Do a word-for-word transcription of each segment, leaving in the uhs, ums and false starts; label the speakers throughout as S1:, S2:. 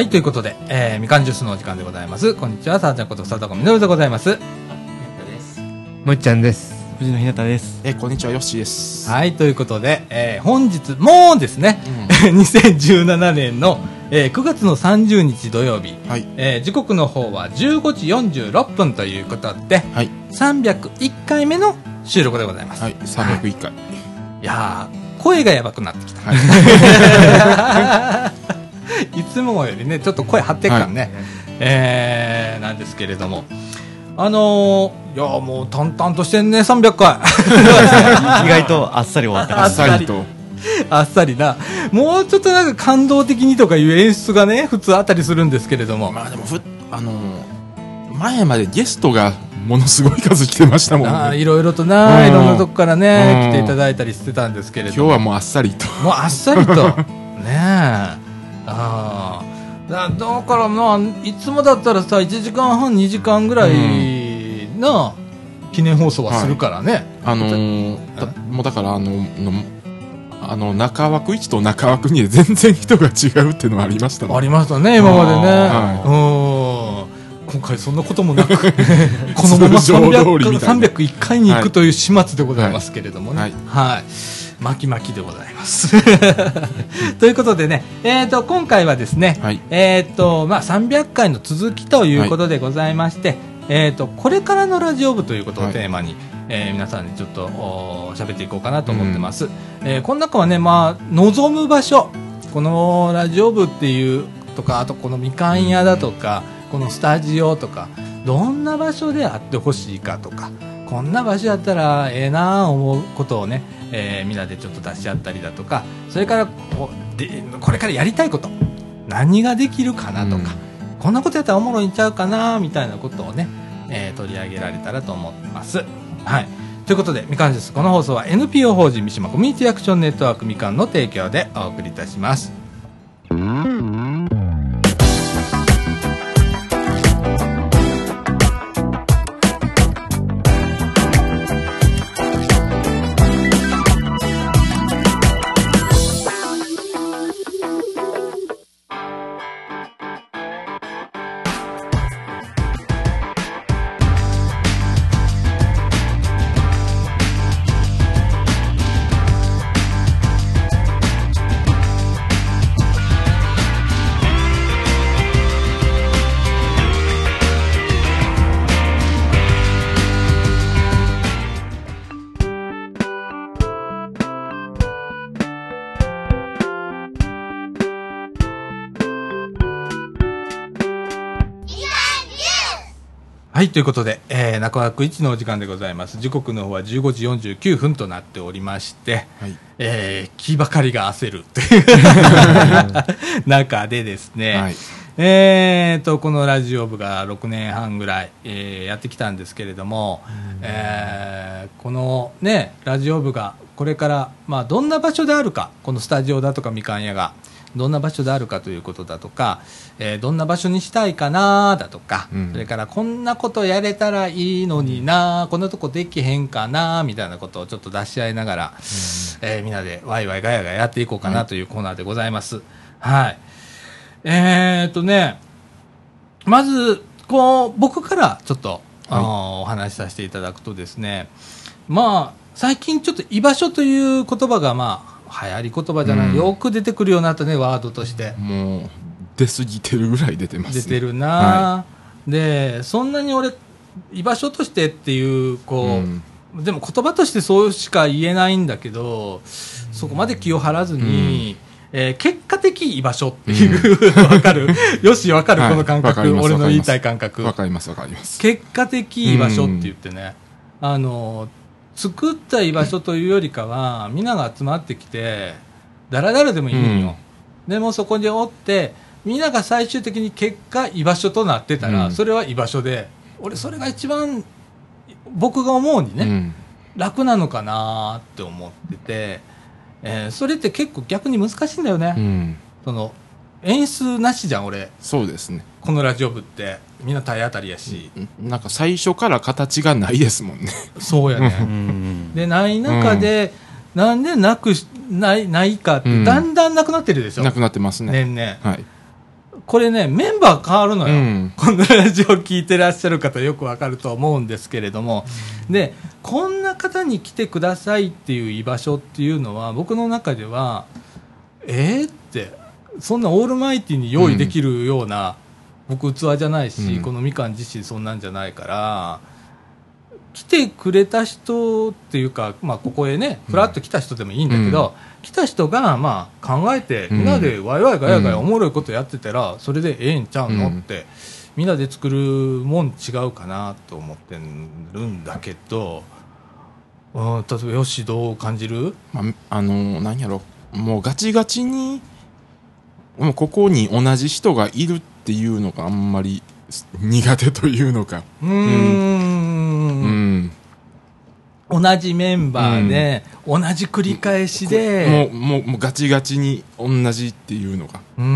S1: ということで、えー、みかんジュースのお時間でございます。こんにちは、さあちゃんこと佐藤みのるでございます。
S2: むっちゃんです。
S3: 藤野ひなたです。
S4: えー、こんにちは、よっしーです。
S1: はい、ということで、えー、本日もうですね、うん、にせんじゅうななねんの、えー、くがつのさんじゅうにち土曜日、はい、えー、時刻の方はじゅうごじよんじゅうろっぷんということで、はい、さんびゃくいっかいめの収録でございます。
S4: はい、さんびゃくいっかい。はい、
S1: いやー、声がやばくなってきた。はい、いつもよりね、ちょっと声張ってっからね、はい、えー、なんですけれども、あのー、いやーもう淡々としてんね、さんびゃっか
S3: い。意外とあっさり終わってます。
S4: あっさりと。
S1: あっさりな。もうちょっとなんか感動的にとかいう演出がね、普通あったりするんですけれども。
S4: まあでもふ、あのー、前までゲストがものすごい数来てましたもんね。
S1: あ、いろいろとな、いろんなとこからね、来ていただいたりしてたんですけれども。
S4: 今日はもうあっさりと。
S1: もうあっさりと。ねえ。ああ。だ, だからまあいつもだったらさいちじかんはんにじかんぐらいな、うん、記念放送はするからね、
S4: はい、あのー、だもうだからあののあの中枠いちと中枠にで全然人が違うっていうのはありましたね。
S1: ありましたね今までね、はい、うん、今回そんなこともなくこのままさんびゃく、さんびゃくいっかいに行くという始末でございますけれどもね、はい、はいはい、巻き巻きでございますということでね、えー、と今回はですね、はい、えーとまあ、さんびゃっかいの続きということでございまして、はい、えー、とこれからのラジオ部ということをテーマに、はい、えー、皆さんにちょっと喋っていこうかなと思ってます、うん、えー、この中はね、まあ、望む場所、このラジオ部っていうとか、あとこのみかん屋だとか、うん、このスタジオとか、どんな場所であってほしいかとか、こんな場所だったらええなあ思うことをね、えー、みんなでちょっと出し合ったりだとか、それからこでこれからやりたいこと何ができるかなとか、うん、こんなことやったらおもろいんちゃうかなみたいなことをね、えー、取り上げられたらと思ってます。はい、ということでみかんです。この放送は エヌピーオー 法人三島コミュニティアクションネットワークみかんの提供でお送りいたします。はい、ということで、えー、中枠いちのお時間でございます。時刻の方はじゅうごじよんじゅうきゅうふんとなっておりまして、はい、えー、気ばかりが焦るという中でですね、はい、えーとこのラジオ部がろくねんはんぐらい、えー、やってきたんですけれども、えー、このねラジオ部がこれから、まあ、どんな場所であるか、このスタジオだとかみかん屋がどんな場所であるかということだとか、えー、どんな場所にしたいかなだとか、うん、それからこんなことやれたらいいのにな、こんなとこできへんかなみたいなことをちょっと出し合いながら、うん、えー、みんなでワイワイガヤガヤやっていこうかなというコーナーでございます。はい、えーっとねまずこう僕からちょっと、あのー、お話しさせていただくとですね、まあ最近ちょっと居場所という言葉がまあ流行り言葉じゃない、うん、よく出てくるようになったね、ワードとして。
S4: もう出過ぎてるぐらい出てますね。
S1: 出てるな、はい、でそんなに俺居場所としてっていうこう、うん、でも言葉としてそうしか言えないんだけど、そこまで気を張らずに、うん、えー、結果的居場所っていう、うん、分かるよし分かる、はい、この感覚、俺の言いたい感覚、
S4: 分かります分かります。
S1: 結果的居場所って言ってね、うん、あの作った居場所というよりかはみんなが集まってきてだらだらでもいいんよ、うん、でもそこにおってみんなが最終的に結果居場所となってたら、うん、それは居場所で、俺それが一番僕が思うにね、うん、楽なのかなって思ってて、えー、それって結構逆に難しいんだよね、うん、その演出なしじゃん俺。
S4: そうですね、
S1: このラジオ部ってみんな体当たりやし、
S4: なんか最初から形がないですもんね。
S1: そうやねでない中で、うん、なんでなくしないないかって、うん、だんだんなくなってるでしょ。
S4: なくなってますね
S1: 年々、
S4: はい、
S1: これね、メンバー変わるのよ。
S4: うん、
S1: このラジオ聞いてらっしゃる方よくわかると思うんですけれども、うん、で、こんな方に来てくださいっていう居場所っていうのは、僕の中では、えー、って、そんなオールマイティに用意できるような、うん、僕器じゃないし、うん、このみかん自身そんなんじゃないから、来てくれた人っていうか、まあ、ここへね、ふらっと来た人でもいいんだけど、うん、来た人がまあ考えて、みんなでワイワイガヤガヤおもろいことやってたら、それでええんちゃうのって、みんなで作るもん違うかなと思ってるんだけど、うん、例えばよしどう感じる？
S4: まあ、あの何やろ、もうガチガチにもうここに同じ人がいるっていうのがあんまり苦手というのか、
S1: うーん、うんうん、同じメンバーで、うん、同じ繰り返しで
S4: もう、もう、もうガチガチに同じっていうのが、
S1: うん、うん、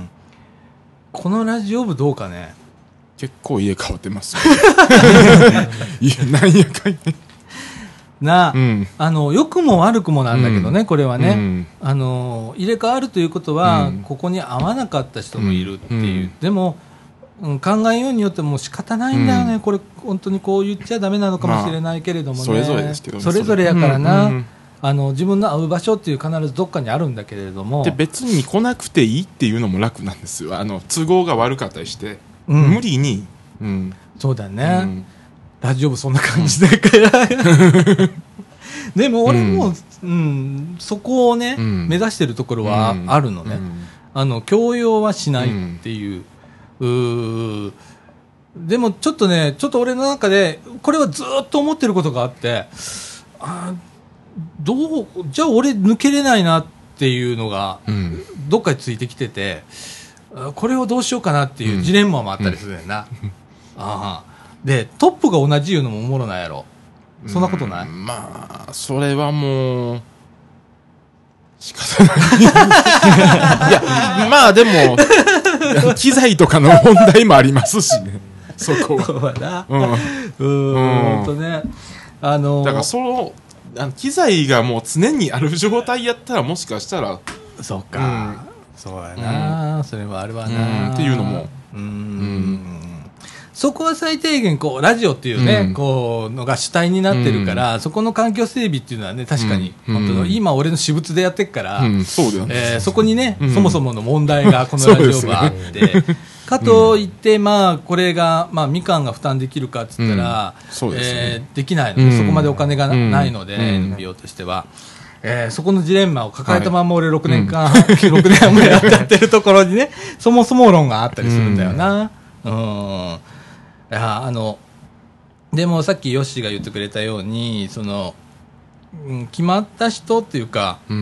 S1: このラジオ部どうかね。
S4: 結構家変わってますいや、なんやかんや
S1: な、うん、あの良くも悪くもなんだけどね、うん、これはね、うん、あの入れ替わるということは、うん、ここに合わなかった人もいるっていう、うん、でも、うん、考えようによっても仕方ないんだよね、うん、これ本当にこう言っちゃダメなのかもしれないけれどもね、まあ、
S4: それぞれですけどね、
S1: それぞれやからな、うんうん、あの自分の会う場所っていう必ずどっかにあるんだけれども、
S4: で別に来なくていいっていうのも楽なんですよ。あの都合が悪かったりして、うん、無理に、うん、
S1: そうだね、うん、ラジオ部そんな感じだから、うんでも俺も、うんうん、そこをね、うん、目指してるところはあるのね、うん、あの強要はしないっていう、うん、うでもちょっとね、ちょっと俺の中でこれはずっと思ってることがあって、あどうじゃあ俺抜けれないなっていうのが、うん、どっかについてきてて、これをどうしようかなっていうジレンマもあったりするんだよな、うん、あでトップが同じいうのもおもろないやろ。そんなことない？
S4: まあそれはもう仕方ないいやまあでも機材とかの問題もありますしね、そこは。
S1: そうだな、うん、うん、とね、あのー、
S4: だからそのあの機材がもう常にある状態やったらもしかしたら
S1: そうか、うん、そうやな、うん、それはあるわな、
S4: うん、っていうのも
S1: うん、うんそこは最低限こうラジオっていうね、うん、こうのが主体になってるから、うん、そこの環境整備っていうのはね確かに、うん、本当の今俺の私物でやってるから、うんそうだよねえー、そこにね、うん、そもそもの問題がこのラジオがあって、ね、かといって、まあこれが、まあ、みかんが負担できるかっつったら、うんねえー、できないので、うん、そこまでお金がないので、うん、エヌピーオー としては。えー、そこのジレンマを抱えたまま俺ろくねんかん、はいうん、ろくねんもやっちゃってるところにねそもそも論があったりするんだよな、うん、うんいやあのでもさっきヨッシーが言ってくれたようにその、うん、決まった人っていうか、うん、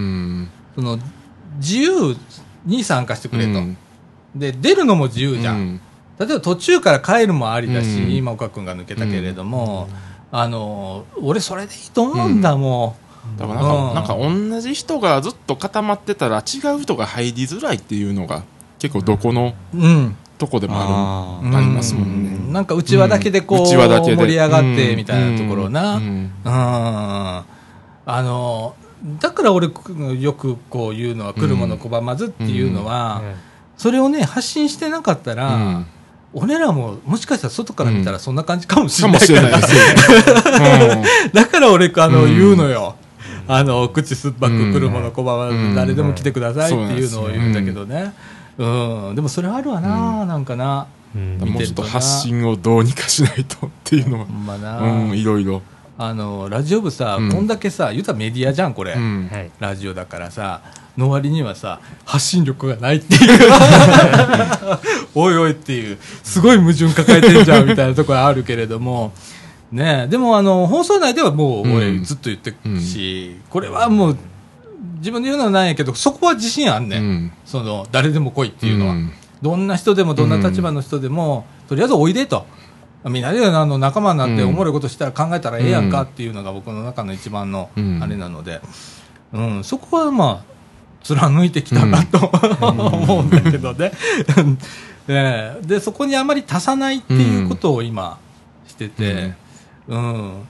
S1: その自由に参加してくれと、うん、で出るのも自由じゃん、うん、例えば途中から帰るもありだし、うん、今岡君が抜けたけれども、うん、あの俺それでいいと思うんだ、うん、もう
S4: だからなんか、うん、なんか同じ人がずっと固まってたら違う人が入りづらいっていうのが結構どこの、うんとこでもある あ, ありますもんね、
S1: うん、なんか内輪だけでこう、うん、盛り上がってみたいなところな、うんうん、あのだから俺よくこう言うのは来るもの拒まずっていうのは、うん、それをね発信してなかったら、うん、俺らももしかしたら外から見たらそんな感じかもしれないから、ねうん、だから俺あの、うん、言うのよ、あの口酸っぱく来るもの拒まず、うん、誰でも来てくださいっていうのを言うんだけどね、うん、でもそれあるわな、うん、なんかな、
S4: うん、もうちょっと発信をどうにかしないとっていうのは、
S1: まあな
S4: うん、いろいろ
S1: あのラジオ部さ、うん、こんだけさ言うたらメディアじゃんこれ、うん、ラジオだからさの割にはさ発信力がないっていうおいおいっていうすごい矛盾抱えてんじゃんみたいなところあるけれどもね、でもあの放送内ではもう俺ずっと言ってるし、うん、これはもう自分で言うのはないんやけどそこは自信あんねん、うん、その誰でも来いっていうのは、うん、どんな人でもどんな立場の人でも、うん、とりあえずおいでとみんなであの仲間になっておもろいことしたら考えたらええやんかっていうのが僕の中の一番のあれなので、うんうん、そこはまあ貫いてきたなと、うん、思うんだけどねで, でそこにあまり足さないっていうことを今してて、うんうん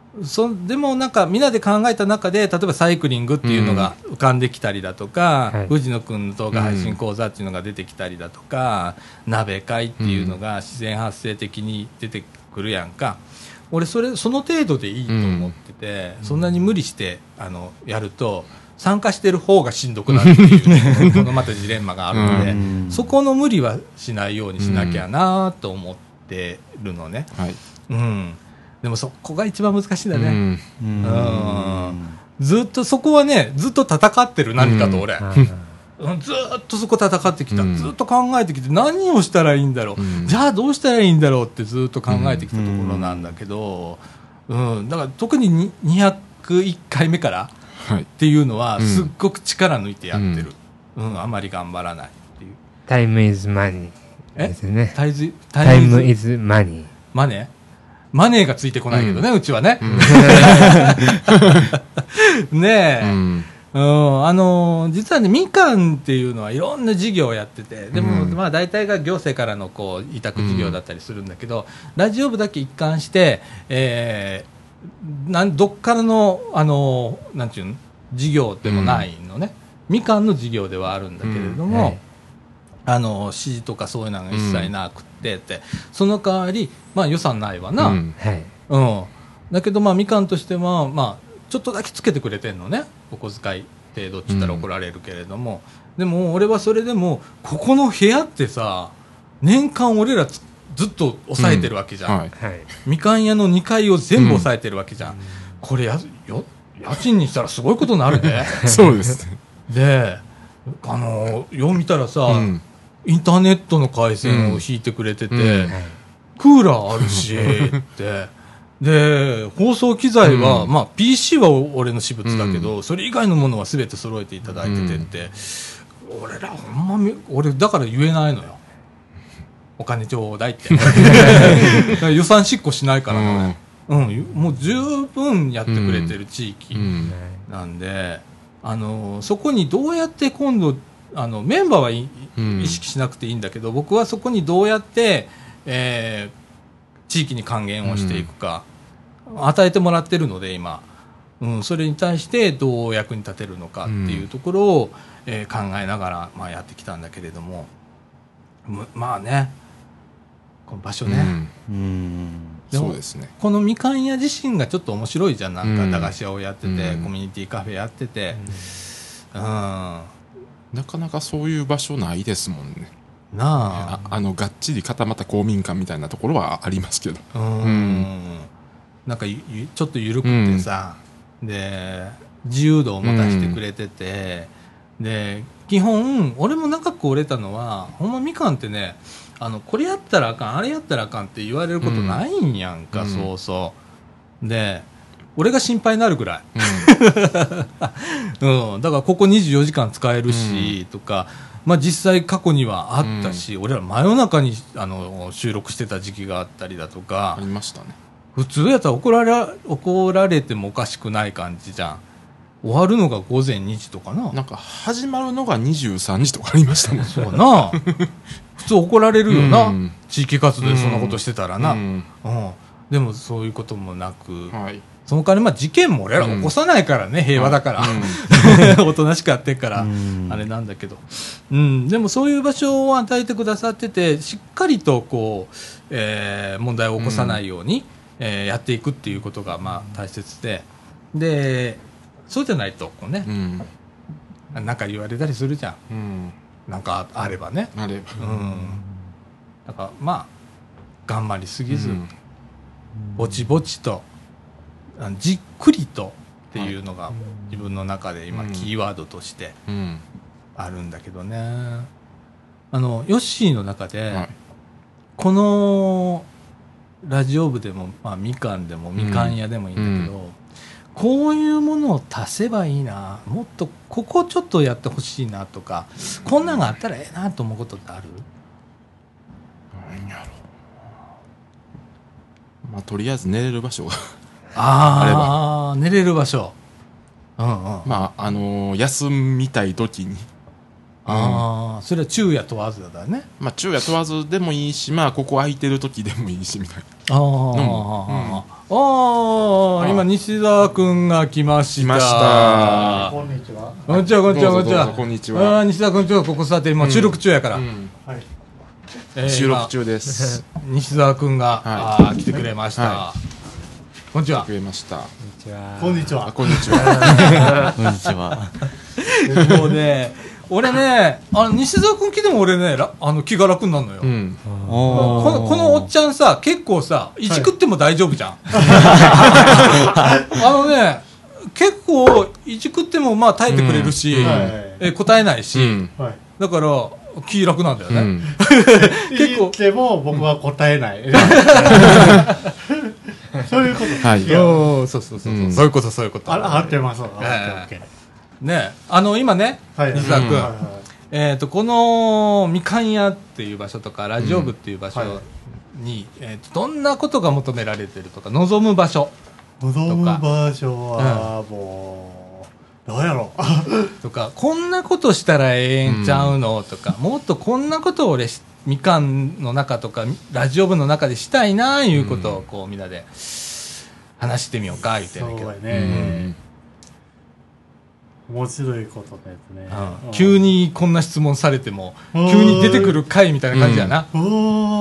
S1: そでもなんかみんなで考えた中で例えばサイクリングっていうのが浮かんできたりだとか、うん、藤野君の動画配信講座っていうのが出てきたりだとか、うん、鍋会っていうのが自然発生的に出てくるやんか。俺それその程度でいいと思ってて、うん、そんなに無理してあのやると参加してる方がしんどくなるっていう、ね、このまたジレンマがあるので、うん、そこの無理はしないようにしなきゃなと思ってるのね、はい、うん、でもそこが一番難しいんだね、うんうん、ずっとそこはねずっと戦ってる何かと俺、うん、ずっとそこ戦ってきた、うん、ずっと考えてきて何をしたらいいんだろう、うん、じゃあどうしたらいいんだろうってずっと考えてきたところなんだけど、うんうん、だから特ににひゃくいっかいめからっていうのはすっごく力抜いてやってる、うんうん、あまり頑張らないっていう。
S2: タイムイズマニーですね。
S1: タイズ
S2: タイムイズマニー。
S1: マネーマネーがついてこないけどね、うん、うちはね、うん、ねえ、うんうん、あのー、実はねみかんっていうのはいろんな事業をやってて、でも、うん、まあ大体が行政からのこう委託事業だったりするんだけど、うん、ラジオ部だけ一貫して、えー、なんどっからの、あのー、なんていうの事業でもないのね、うん、みかんの事業ではあるんだけれども、うんはい、あの指示とかそういうのが一切なくってって、うん、その代わり、まあ、予算ないわな、うんはいうん、だけど、まあ、みかんとしては、まあ、ちょっとだけつけてくれてんのね、お小遣い程度って言ったら怒られるけれども、うん、でも俺はそれでもここの部屋ってさ年間俺らずっと抑えてるわけじゃん、うんはい、みかん屋のにかいを全部抑えてるわけじゃん、うん、これやよ家賃にしたらすごいことになるね
S4: そうですで
S1: あのよう見たらさ、うん、インターネットの回線を引いてくれてて、うん、クーラーあるしってで放送機材は、うんまあ、ピーシー は俺の私物だけど、うん、それ以外のものは全て揃えていただいててって、うん、俺らほんま俺だから言えないのよ、お金ちょうだいって予算執行しないからね、うんうん、もう十分やってくれてる地域なんで、あのそこにどうやって今度あのメンバーは意識しなくていいんだけど、僕はそこにどうやって、えー、地域に還元をしていくか、うん、与えてもらってるので今、うん、それに対してどう役に立てるのかっていうところを、うんえー、考えながら、まあ、やってきたんだけれども、まあねこの場所ね、うんうん
S4: そうですね、
S1: このみかん屋自身がちょっと面白いじゃん、なんか駄菓子屋をやってて、うん、コミュニティカフェやってて、うんうん、
S4: なかなかそういう場所ないですもんね。
S1: なあ、
S4: あ, あのがっちり固まった公民館みたいなところはありますけど、うん、
S1: うん、なんかちょっと緩くてさ、うん、で自由度を持たせてくれてて、うん、で基本俺も長く折れたのはほんまみかんってね、あのこれやったらあかんあれやったらあかんって言われることないんやんか、うん、そうそうで俺が心配になるぐらい、うんうん、だからここにじゅうよじかん使えるし、うん、とか、まあ、実際過去にはあったし、うん、俺ら真夜中にあの収録してた時期があったりだとか
S4: ありましたね。
S1: 普通やったら怒られ、怒られてもおかしくない感じじゃん。終わるのがごぜんにじとかな、
S4: なんか始まるのがにじゅうさんじとかありましたもん
S1: そうな普通怒られるよな、うん、地域活動でそんなことしてたらな、うんうん、でもそういうこともなく、はい、その代わりまあ事件も俺ら起こさないからね、うん、平和だから、はい、おとなしくやってるから、うん、あれなんだけど、うん、でもそういう場所を与えてくださっててしっかりとこう、えー、問題を起こさないように、うんえー、やっていくっていうことがまあ大切で、でそうじゃないとこうね、うん、なんか言われたりするじゃん、うん、なんかあればね
S4: あれば、うん、
S1: だからまあ頑張りすぎず、うん、ぼちぼちとじっくりとっていうのが自分の中で今キーワードとしてあるんだけどね、あのヨッシーの中で、はい、このラジオ部でも、まあ、みかんでもみかん屋でもいいんだけど、うんうんこういうものを足せばいいな、もっとここちょっとやってほしいなとか、こんなのがあったらええなと思うことってある？
S4: 何やろう、まあ、とりあえず寝れる場所が
S1: あ, あれば寝れる場所、うんうん、
S4: まああのー、休みたい時に
S1: ああ、それは昼夜問わずだね。
S4: まあ昼夜問わずでもいいし、まあここ空いてる時でもいいしみたいな。
S1: ああ、ああ、今西澤くんが来ました。
S4: 来ました。
S5: こんにちは。
S1: こんにちは、こんにちは、こんにちは。
S4: こんにちは。
S1: ああ、西澤くんちょっとここ座って今収録中やから。はい。
S4: 収録中です。
S1: 西澤くんがあ来てくれました。こんにちは。
S4: 来てくれました。
S5: こんにちは。
S4: こんにちは。
S3: こんにちは。
S1: もうね、俺ね、あの西澤君来ても俺ね、あの気が楽になるのよ。うん、このこのおっちゃんさ、結構さ、いじくっても大丈夫じゃん。あのね、結構いじくってもまあ耐えてくれるし、うん、え答えないし、うん、だから気楽なんだよね。うん、
S5: 結構でも僕は答えない。そういうこと。
S1: はい。そうそうそうそう、うん、そういうことそういうこと。
S5: あ、合ってます。
S1: ね、あの今ね、西澤君、えっとこのみかん屋っていう場所とかラジオ部っていう場所に、うんはい、えー、とどんなことが求められてるとか望む場所
S5: 望む場所はもう、うん、どうやろう
S1: とかこんなことしたらええんちゃうの、うん、とかもっとこんなことを俺みかんの中とかラジオ部の中でしたいないうことをこうみんなで話してみようか言ってんだけど。そうやね、うん
S5: 面白いことですね、
S1: うん、急にこんな質問されても急に出てくる回みたいな感じやな、
S5: うん、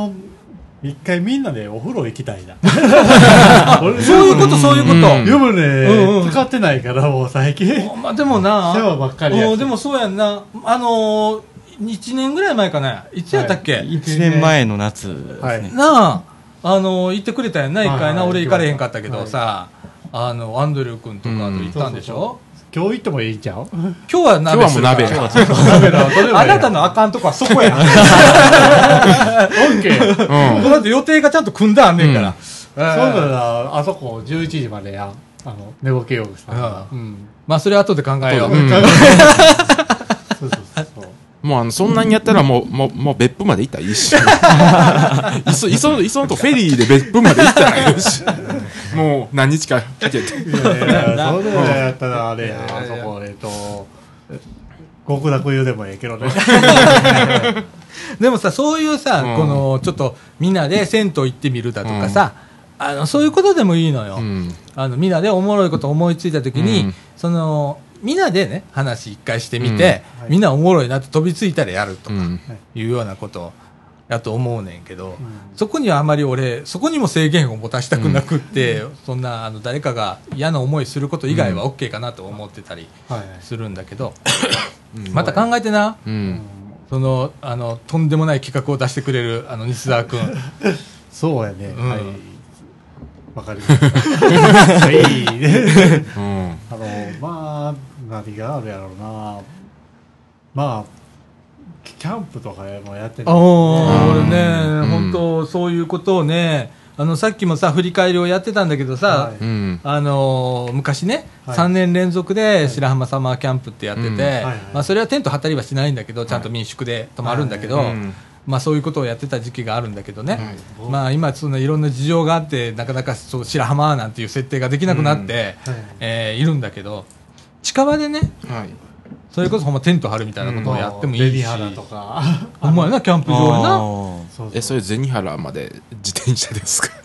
S5: うん一回みんなでお風呂行きたいな
S1: そういうことそういうこと、
S5: うん、湯船、うんうん、使ってないからもう最近
S1: まあでもな
S5: 世話ばっかりやし
S1: でもそうやんなあのー、いちねんぐらい前かないつやったっけ、はい、
S3: いちねんまえの夏ですね、はい、
S1: なああのー、行ってくれたやんな一回な、はいはい、俺行かれへんかったけどさ、はい、あのアンドリュー君とかと行ったんでしょ、うんそうそうそう
S5: 今日行ってもいいんちゃう
S1: 今日は鍋するから
S4: 今日はもう鍋
S1: あなたのあかんとこはそこやオッケー、うん、だって予定がちゃんと組んだあんねんから、うん
S5: えー、そうだなあそこじゅういちじまでやあの寝ぼけようしたら、
S1: うん、まあそれ後で考えよう、うん、そう
S4: そうそうもうあのそんなにやったらもうもうもう別府まで行ったらいいしいそいそいそのとフェリーで別府まで行ったらいいしもう何日かかけてい
S5: やいやそうやったらあれやあそこえっと極楽湯でもええけどね
S1: でもさそういうさ、うん、このちょっとみんなで銭湯行ってみるだとかさ、うん、あのそういうことでもいいのよ、うん、あのみんなでおもろいこと思いついた時に、うん、そのみんなでね話一回してみて、うん、みんなおもろいなって飛びついたらやるとかいうようなことやと思うねんけど、うん、そこにはあまり俺そこにも制限を持たしたくなくって、うん、そんなあの誰かが嫌な思いすること以外は OK かなと思ってたりするんだけど、うん、また考えてな、うん、そのあのとんでもない企画を出してくれるあの西澤君
S5: そうやね、うん、はいわかりましたはい、うん、あのまあ何があるやろうなまあキャンプとかもやってる、ね、
S1: 俺ね、うん、本当そういうことをねあのさっきもさ振り返りをやってたんだけどさ、はい、あの昔ね、はい、さんねん連続で白浜サマーキャンプってやってて、はいまあ、それはテント張ったりはしないんだけどちゃんと民宿で泊まるんだけど、はいはいまあ、そういうことをやってた時期があるんだけどね、はいまあ、今そんないろんな事情があってなかなかそう白浜なんていう設定ができなくなって、うんはいえー、いるんだけど近場でね、はい、それこそほんまテント張るみたいなことをやってもいいし、
S5: 銭原とか
S1: ほんまやなキャンプ場やな
S4: そうそうえそれ銭原まで自転車ですか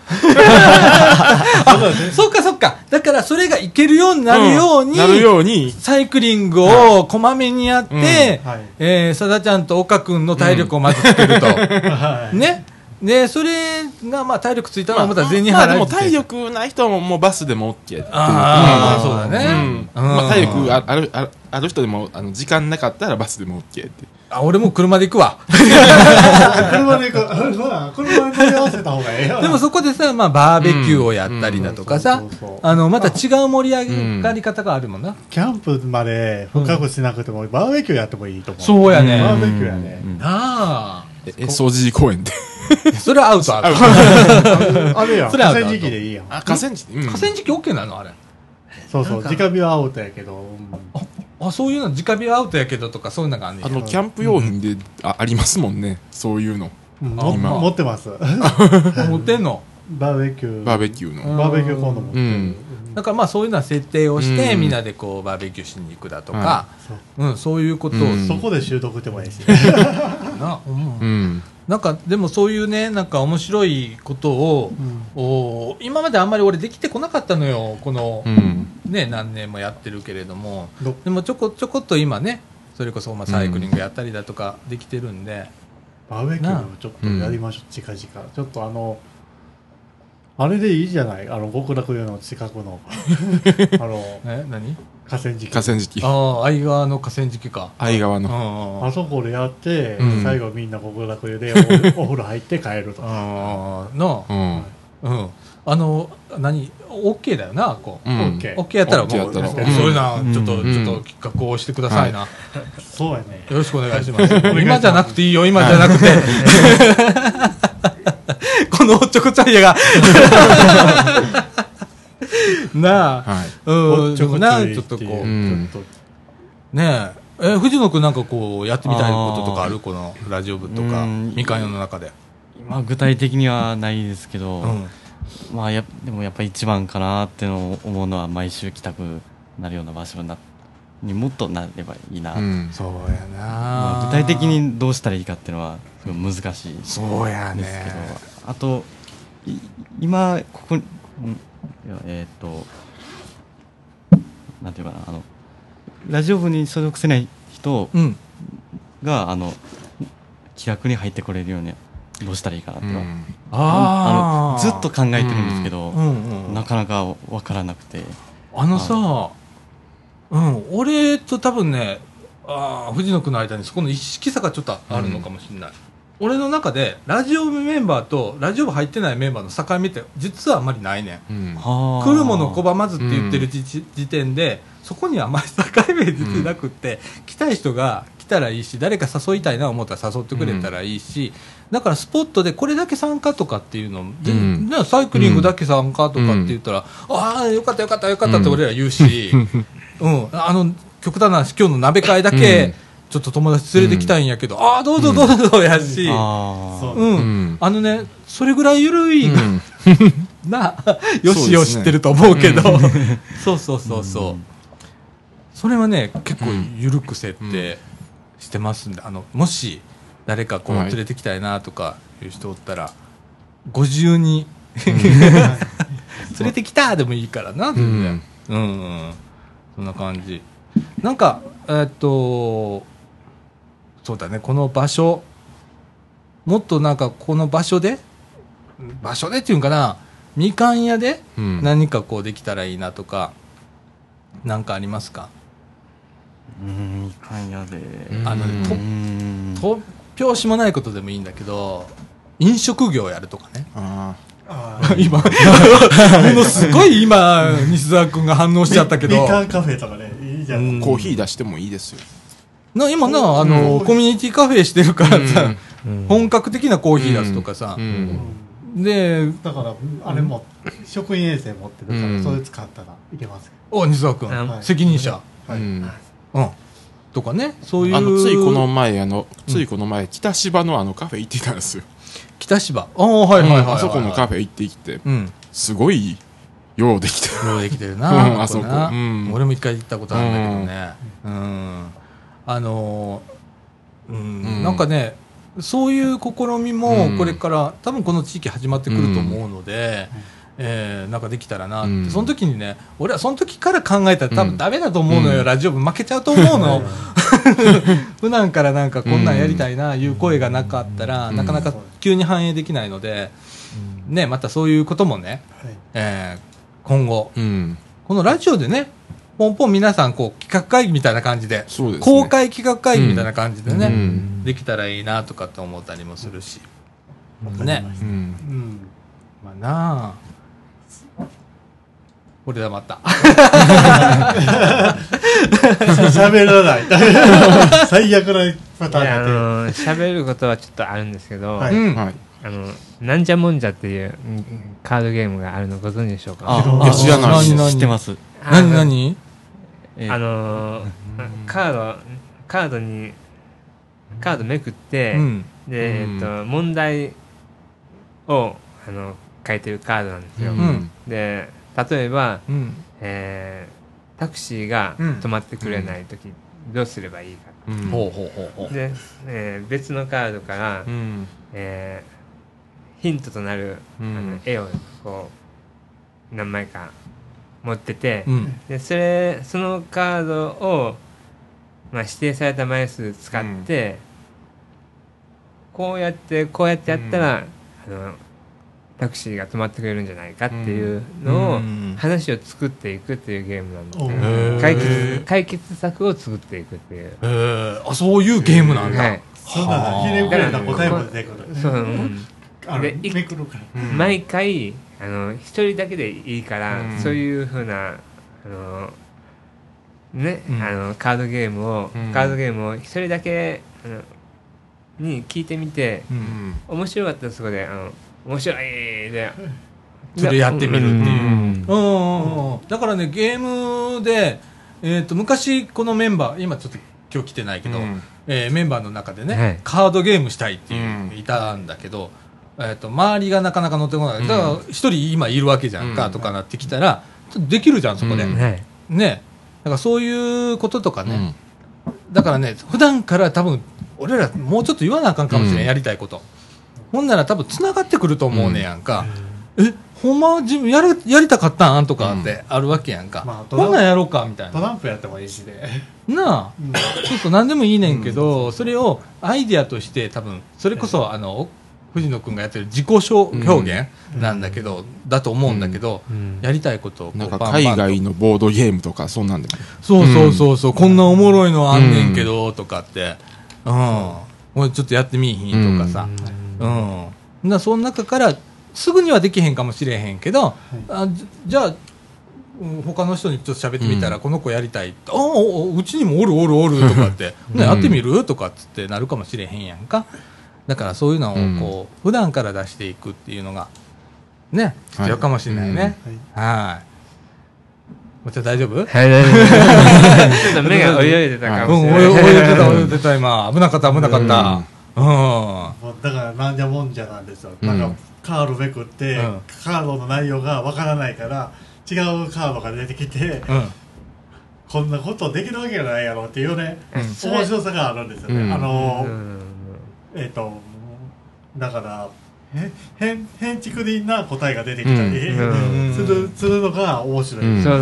S1: そっかそっかだからそれが行けるようになるように、うん、
S4: なるように
S1: サイクリングをこまめにやって、うんはいえー、さだちゃんと岡君の体力をまずつけると、うん、ねでそれがまあ体力ついたらまた銭
S4: 原、まあ、
S1: まあ、
S4: でも体力ない人ももうバスでも OK っていう
S1: ああ、うん、そうだね、
S4: うんまあ、体力ああるあある人でもあの時間なかったらバスでも OK って
S1: あ俺も車で行くわ
S5: 車で行く車で乗り合わせた方がいいよ
S1: でもそこでさ、まあ、バーベキューをやったりだとかさまた違う盛り上がり方があるもんな、うん、
S5: キャンプまで深くしなくても、うん、バーベキューやってもいいと思う
S1: そうやね
S5: バーベキューやね、
S1: うん、ああ
S4: え掃除公園で
S1: それはアウトアウト
S5: あれやん河川敷でいいやん
S4: あ河川敷、うん、
S1: 河川敷 OK なのあれ
S5: そうそう直火はアウトやけど、うん、
S1: あそういうの直火はアウトやけどとかそういうのがあんねん
S4: あのキャンプ用品で、うん、あ, ありますもんねそういうの、
S5: うん、今持ってます
S1: 持ってんの
S5: バーベキュー
S4: バーベキューの
S5: バーベキューコンロ持ってる、うん、
S1: だからまあそういうのは設定をして、うん、みんなでこうバーベキューしに行くだとか、はい、そう、うん、そういうことを、うん、
S5: そこで習得してもいいし
S1: な、うんうん、なんかでもそういうねなんか面白いことを、うん、お今まであんまり俺できてこなかったのよこの、うん、ね何年もやってるけれども、でもちょこちょこっと今ねそれこそまあサイクリングやったりだとかできてるんで、
S5: うん、バーベキューをちょっとやりましょう、近々ちょっとあのあれでいいじゃない、あの極楽湯の近くのあの
S1: え何
S4: 河川敷河川敷
S1: ああ相川の河川敷か
S4: 相川の
S5: あそこでやって、うん、最後みんな極楽湯でお, お風呂入って帰ると
S1: ああなあうん、うん、あの何 OK だよなこう、うん、OK, OK やったらもう、うん、そういうな、うん、ちょっと、うん、ちょっと企画をしてくださいな、はい、
S5: そうやね
S1: よろしくお願いします今じゃなくていいよ今じゃなくて、はい、このおっちょこちゃんやがなあ、はい、うん、ちょっとなちょっとこう、うん、ねええ藤野君なんかこうやってみたいこととかあるこのラジオ部とかみかん屋の中で
S3: 今具体的にはないですけど、うん、まあやでもやっぱり一番かなっての思うのは毎週来たくなるような場所なにもっとなればいいな、うん、
S1: そうやな、
S3: まあ、具体的にどうしたらいいかっていうのはすごい難しいですけど、
S1: そうやね、
S3: あと今ここえっ、ー、となんていうかなあのラジオ部に所属せない人が、うん、あの気楽に入ってこれるようにどうしたらいいかなっていうのは、うん、ああのずっと考えてるんですけど、うんうんうん、なかなか分からなくて
S1: あのさうん、俺と多分ねあ藤野君の間にそこの意識差がちょっとあるのかもしれない、うん、俺の中でラジオ部メンバーとラジオ部入ってないメンバーの境目って実はあんまりないね、うん、来るもの拒まずって言ってる 時,、うん、時点でそこにはあんまり境目実なくって、うん、来たい人が来たらいいし誰か誘いたいなと思ったら誘ってくれたらいいし、うん、だからスポットでこれだけ参加とかっていうの、うん、サイクリングだけ参加とかって言ったら、うん、ああよかったよかったよかったって俺ら言うし、うん、あの極端な話今日の鍋会だけ、うん、ちょっと友達連れてきたいんやけど、うん、ああどうぞどうぞやし、うんあうん、あのねそれぐらい緩い、うん、なよしよし知ってると思うけどそう、ね、そうそうそうそう、うん、それはね結構緩く設定してますんで、あのもし誰かこう連れてきたいなとかいう人おったら、はい、ご自由に連れてきたでもいいからな全然、うん、うんうん、そんな感じなんかえー、っとそうだねこの場所もっとなんかこの場所で場所でっていうんかなみかん屋で何かこうできたらいいなとか、うん、なんかありますか？
S3: うんみかん屋で
S1: あのねと突拍子もないことでもいいんだけど飲食業やるとかね。ああ今ものすごい今西澤君が反応しちゃったけど
S5: みかんカフェとかねいいじゃん、うん、
S4: コーヒー出してもいいですよ
S1: な今なあの、うん、コミュニティカフェしてるからさ、うん、本格的なコーヒー出すとかさ、うんうん、で
S5: だからあれも、うん、職員衛生持ってるから、うん、それ使ったらいけますよ。
S1: お西澤君、はい、責任者、はいうんうん、とかねそういう
S4: あのついこの前あのついこの前、うん、北芝のあのカフェ行ってたんですよ。
S1: 北芝あ、はいはいはい、はい、
S4: あそこのカフェ行ってきて、うん、すごいようできてる
S1: ようできてるな、うん、あそこ、うん、俺も一回行ったことあるんだけどね、うんうん、あのーうんうん、なんかねそういう試みもこれから、うん、多分この地域始まってくると思うので、うんえー、なんかできたらなって、うん、その時にね俺はその時から考えたら多分ダメだと思うのよ、うん、ラジオ部負けちゃうと思うの普段からなんかこんなんやりたいないう声がなかったら、うん、なかなか急に反映できないので、うん、ね、またそういうこともね、はいえー、今後、うん、このラジオでねポンポン皆さんこう企画会議みたいな感じ で, で、ね、公開企画会議みたいな感じでね、うん、できたらいいなとかって思ったりもするし、うん、ね、うんうん、まあなあ俺黙った
S5: 喋らない最悪なパターンで、あ
S2: の喋ることはちょっとあるんですけど、はいはい、あのなんじゃもんじゃっていうカードゲームがあるのご存知でしょうか？
S4: ああ知らない。
S3: 知ってます。
S1: 何何
S2: あのカードカードにカードめくって、うん、でえっと問題をあの書いてるカードなんですよ、うん、で例えば、うんえー、タクシーが止まってくれないとき、うん、どうすればいいか、うん、で、えー、別のカードから、うんえー、ヒントとなる、うん、あの絵をこう何枚か持ってて、うん、でそれそのカードを、まあ、指定された枚数使って、うん、こうやってこうやってやったら、うん、あのタクシーが止まってくれるんじゃないかっていうのを、うん、話を作っていくっていうゲームなんです、ね、解決解決策を作っていくっていう
S1: へあそういうゲームなんだ、はい、
S5: そんなひねくれた答えも出てくるそう、うん、
S2: でめくるから、うん、毎回あの一人だけでいいから、うん、そういう風なあのね、うん、あのカードゲームを、うん、カードゲームを一人だけあのに聞いてみて、うん、面白かったらそこであの面白いで
S1: それやってみるっていう、うんうんうんうん、だからねゲームで、えー、と昔このメンバー今ちょっと今日来てないけど、うんえー、メンバーの中でね、はい、カードゲームしたいっていう、うん、いたんだけど、えー、と周りがなかなか乗ってこない、うん、だから一人今いるわけじゃんか、うん、とかなってきたらできるじゃんそこで、うん、ねだからそういうこととかね、うん、だからね普段から多分俺らもうちょっと言わなあかんかもしれん、うん、やりたいことほんなら多分つながってくると思うねやんか、うん、えほんま自分やるやりたかったんとかってあるわけやんか、うんまあ、こんなんやろうかみたいな
S5: トランプやってもいいしね
S1: なあ、うん、そうそう何でもいいねんけど、うん、それをアイディアとして多分それこそあの藤野くんがやってる自己表現なんだけど、うん、だと思うんだけど、うん、やりたいことを
S4: なんか海外のボードゲームとかそんなんでも
S1: そうそうそうそう、うん、こんなおもろいのあんねんけどとかってうん、もうちょっとやってみいひんとかさ、うん、うん、だその中からすぐにはできへんかもしれへんけど、はい、あじゃあ他の人にちょっと喋ってみたら、うん、この子やりたいああうちにもおるおるおるとかって、ね、やってみるとかっつってなるかもしれへんやんかだからそういうのをこう、うん、普段から出していくっていうのがね必要かもしれないね、はい、うんはい、もうちょっと大丈夫？はい大丈
S2: 夫ちょっと目が泳いでたかもしれない、
S1: うん、泳いでた泳いでた今危なかった危なかった、うん
S5: うん、だからなんじゃもんじゃなんですよ、うん、なんかカードめくって、うん、カードの内容がわからないから違うカードが出てきて、うん、こんなことできるわけがないやろっていうね、うん、面白さがあるんですよね、うん、あの、うん、えっ、ー、とだから変変築的な答えが出てきたり、うん、するするのが面白い、うん、そうそう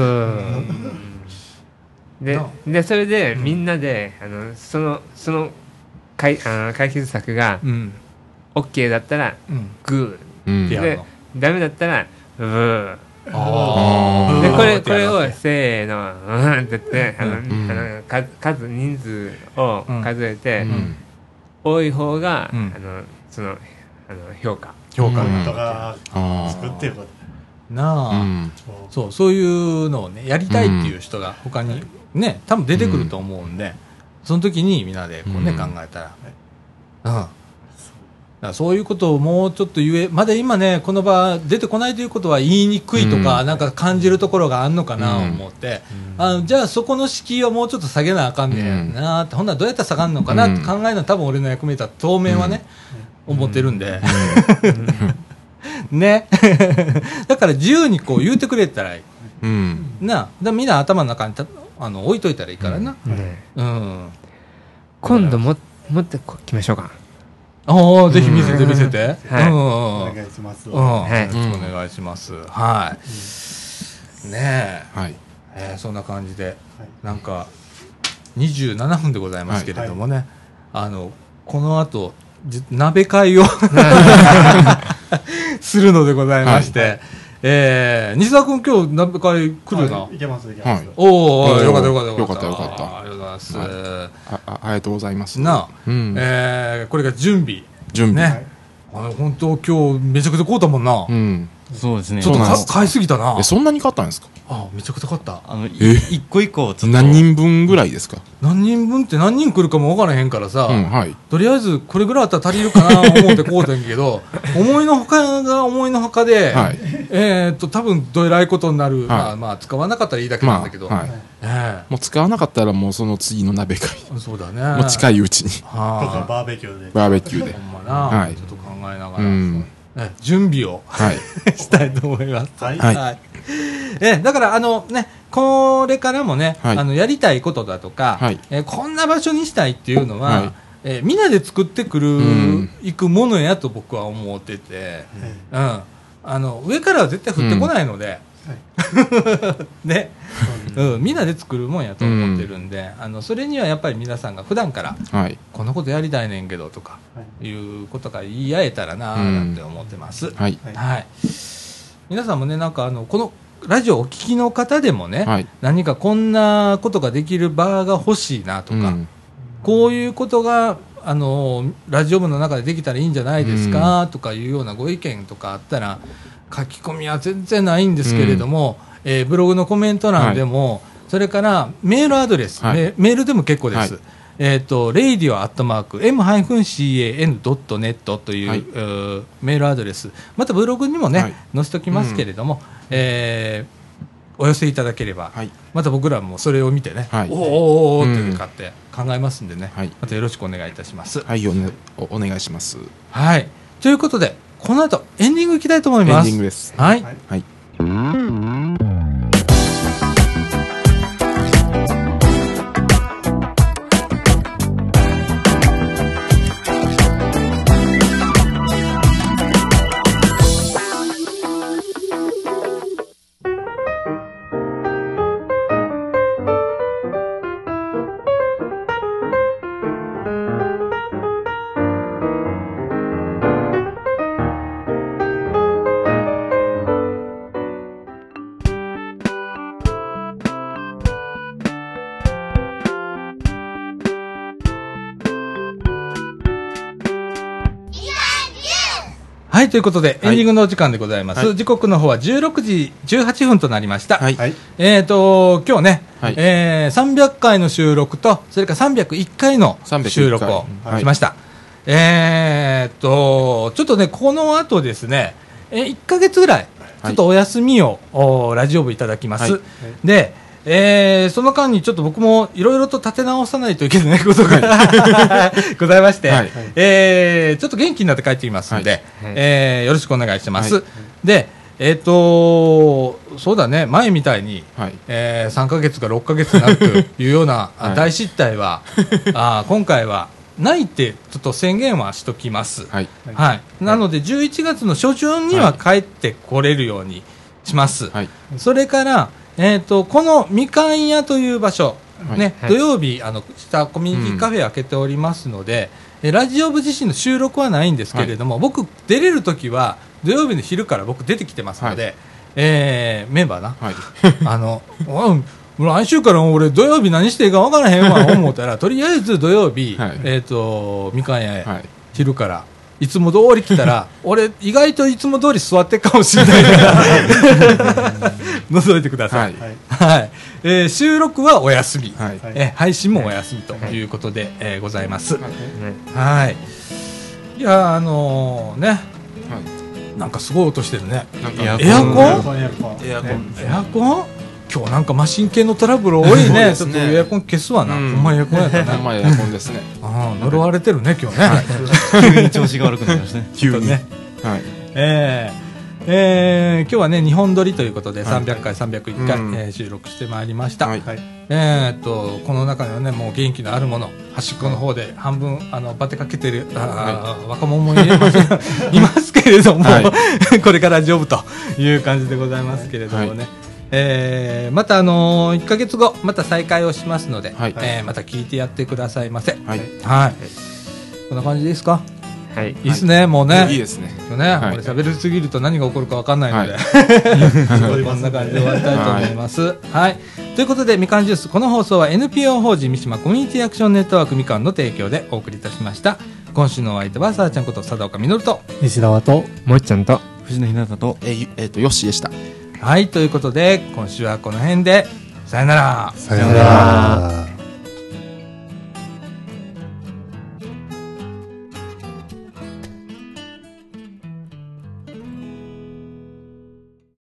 S2: そうででそれでみんなで、うん、あのそのその解あの解決策が、うん、OK だったら、うん、グー、うん、でダメだったらブーあでこれこれをせーのうんって言ってあの、うん、あの数数人数を数えて、うん、多い方が、うん、あのそのあの評価
S1: 評価
S5: とか作ってること
S1: なあ、うん、そうそういうのをねやりたいっていう人が他にね多分出てくると思うんで、うん、その時にみんなでこうね、うん、考えたら、うん、だからそういうことをもうちょっと言えまだ今ねこの場出てこないということは言いにくいとか、うん、なんか感じるところがあんのかなと思って、うん、あのじゃあそこの敷居をもうちょっと下げなあかんねんなって、うん、ほんならどうやったら下がるのかなって考えるのは多分俺の役目だと当面はね、うん、思ってるんで、うん、ねだから自由にこう言うてくれたらいい、うん、なだみんな頭の中にたあの置いといたらいいからな、うんうん、
S2: 今度も持ってきましょうか
S1: ああぜひ見せて見せて、
S5: うんはい、うん、お願いします、うん
S1: はい、よろしくお願いします、うん、はい、ねえ、はいえー、そんな感じで、はい、なんかにじゅうななふんでございますけれどもね、はい、あのこの後鍋会をするのでございまして、はいえー、西澤君今日鍋会来るな。
S5: いけますいけます。
S1: おおよかったよかった
S4: よかったよかった。
S1: ありがとうございます。
S4: はい、あ, あ, ありがとうございます。
S1: なあ、うんえー、これが準備
S4: 準備
S1: ね。はい、あの本当今日めちゃくちゃ買うたもんな。うん。
S3: そうですね。
S1: ちょっとか買いすぎたな。
S4: えそんなに買ったんですか。
S1: あめちゃくちゃ買った。
S3: あの一個一個
S4: 何人分ぐらいですか。
S1: 何人分って何人来るかも分からへんからさ、
S4: うんはい、
S1: とりあえずこれぐらいあったら足りるかなと思ってこうたんやけど思いのほかが思いのほかで、はい、えー、っと多分どえらいことになる、はいまあ、まあ使わなかったらいいだけなんだけど、まあはいえー、
S4: もう使わなかったらもうその次の鍋会
S1: そうだね
S4: もう近いうちに
S5: とかバーベキューで
S4: バーベキューで
S1: ほんまな、はい、ちょっと考えながら、うん準備を、はい、したいと思います。はい。はい。え、だから、あのね、これからもね、はい、あの、やりたいことだとか、はい、え、こんな場所にしたいっていうのは、はい、えみんなで作ってくる、うん、いくものやと僕は思ってて、うん。うん、あの、上からは絶対降ってこないので、うん、ね、うん、みんなで作るもんやと思ってるんで、うん、あのそれにはやっぱり皆さんが普段から、はい、こんなことやりたいねんけどとか、はい、いうことが言い合えたらなーなんて思ってます、うん、はい、はい、皆さんもね、なんかあのこのラジオをお聞きの方でもね、はい、何かこんなことができる場が欲しいなとか、うん、こういうことがあのラジオ部の中でできたらいいんじゃないですか、うん、とかいうようなご意見とかあったら、書き込みは全然ないんですけれども、うん、えー、ブログのコメント欄でも、はい、それからメールアドレス、はい、メ, メールでも結構です、はい、えーと、レイディオアットマークエムシーエーエヌドットネット という、はい、うメールアドレス、またブログにもね、はい、載せておきますけれども、うん、えー、お寄せいただければ、はい、また僕らもそれを見てね、はい、おーおーって買って考えますんでね、はい、またよろしくお願いいたします。
S4: はい、お, ね、お, お願いします。
S1: はい、ということでこの後エンディングいきたいと思います。
S4: エンディングです。
S1: はい、
S4: はいはい。
S1: はい、ということで、エンディングのお時間でございます。はい、時刻の方はじゅうろくじじゅうはっぷんとなりました。はい、えっ、ー、と、今日ね、はい、えー、さんびゃっかいの収録と、それからさんびゃくいっかいの収録をしました。はい、えっ、ー、と、ちょっとね、この後ですね、えー、いっかげつぐらい、ちょっとお休みを、はい、ラジオ部いただきます。はい、で、えー、その間にちょっと僕もいろいろと立て直さないといけないことが、はい、ございまして、はい、えー、ちょっと元気になって帰ってきますので、はい、えー、よろしくお願いします。はい、で、えっ、ー、とそうだね、前みたいに、はい、えー、さんかげつかろっかげつになるというような、はい、大失態はあ今回はないってちょっと宣言はしときます。はい、はい、なのでじゅういちがつの初旬には帰ってこれるようにします。はい、それからえー、とこのみかん屋という場所、はい、ね、はい、土曜日あの下コミュニティカフェ開けておりますので、うん、ラジオ部自身の収録はないんですけれども、はい、僕出れるときは土曜日の昼から僕出てきてますので、はい、えー、メンバーな、はい、あの来週から俺土曜日何していいか分からへんわ思ったらとりあえず土曜日、はい、えー、とみかん屋へ、はい、昼からいつも通り来たら俺意外といつも通り座ってるかもしれないから覗いてください、はいはい、えー、収録はお休み、はい、えー、配信もお休みということで、はい、えー、ございます、はいはい、いやあのー、ね、はい、なんかすごい音してるね。エアコンエアコンエアコンエアコン今日なんかマシン系のトラブル多いね。ね、ちょっとエアコン消すわな。ほ、うん、んまエアコンやったね。ほんまエアコンですね。ああ、呪われてるね今日ね。はい、急に調子が悪くなりましたね。急にね。はい。えー、えー、今日はねにほん撮りということでさんびゃっかい、さんびゃくいっかい、うん、えー、収録してまいりました。はい、えー、っとこの中にはねもう元気のあるもの、端っこの方で半分あのバテかけてる、あ、はい、若者もいますいますけれども、はい、これから丈夫という感じでございますけれどもね。はい、えー、また、あのー、いっかげつごまた再開をしますので、はい、えー、また聞いてやってくださいませ。はい、はい、こんな感じですか。はい、いいですね、はい、もうね、いいですね。ね、はい、俺喋りすぎると何が起こるか分かんないので、はい、こんな感じで終わりたいと思います。はい、はい、ということでみかんジュース、この放送は エヌピーオー 法人三島コミュニティアクションネットワークみかんの提供でお送りいたしました。今週のお相手はさあちゃんこと佐岡実と
S5: 西田と
S2: もっちゃんと
S3: 藤野ひなたと、
S4: えーえー、とよっしーでした。
S1: はい、ということで今週はこの辺でさよなら。
S5: さよなら。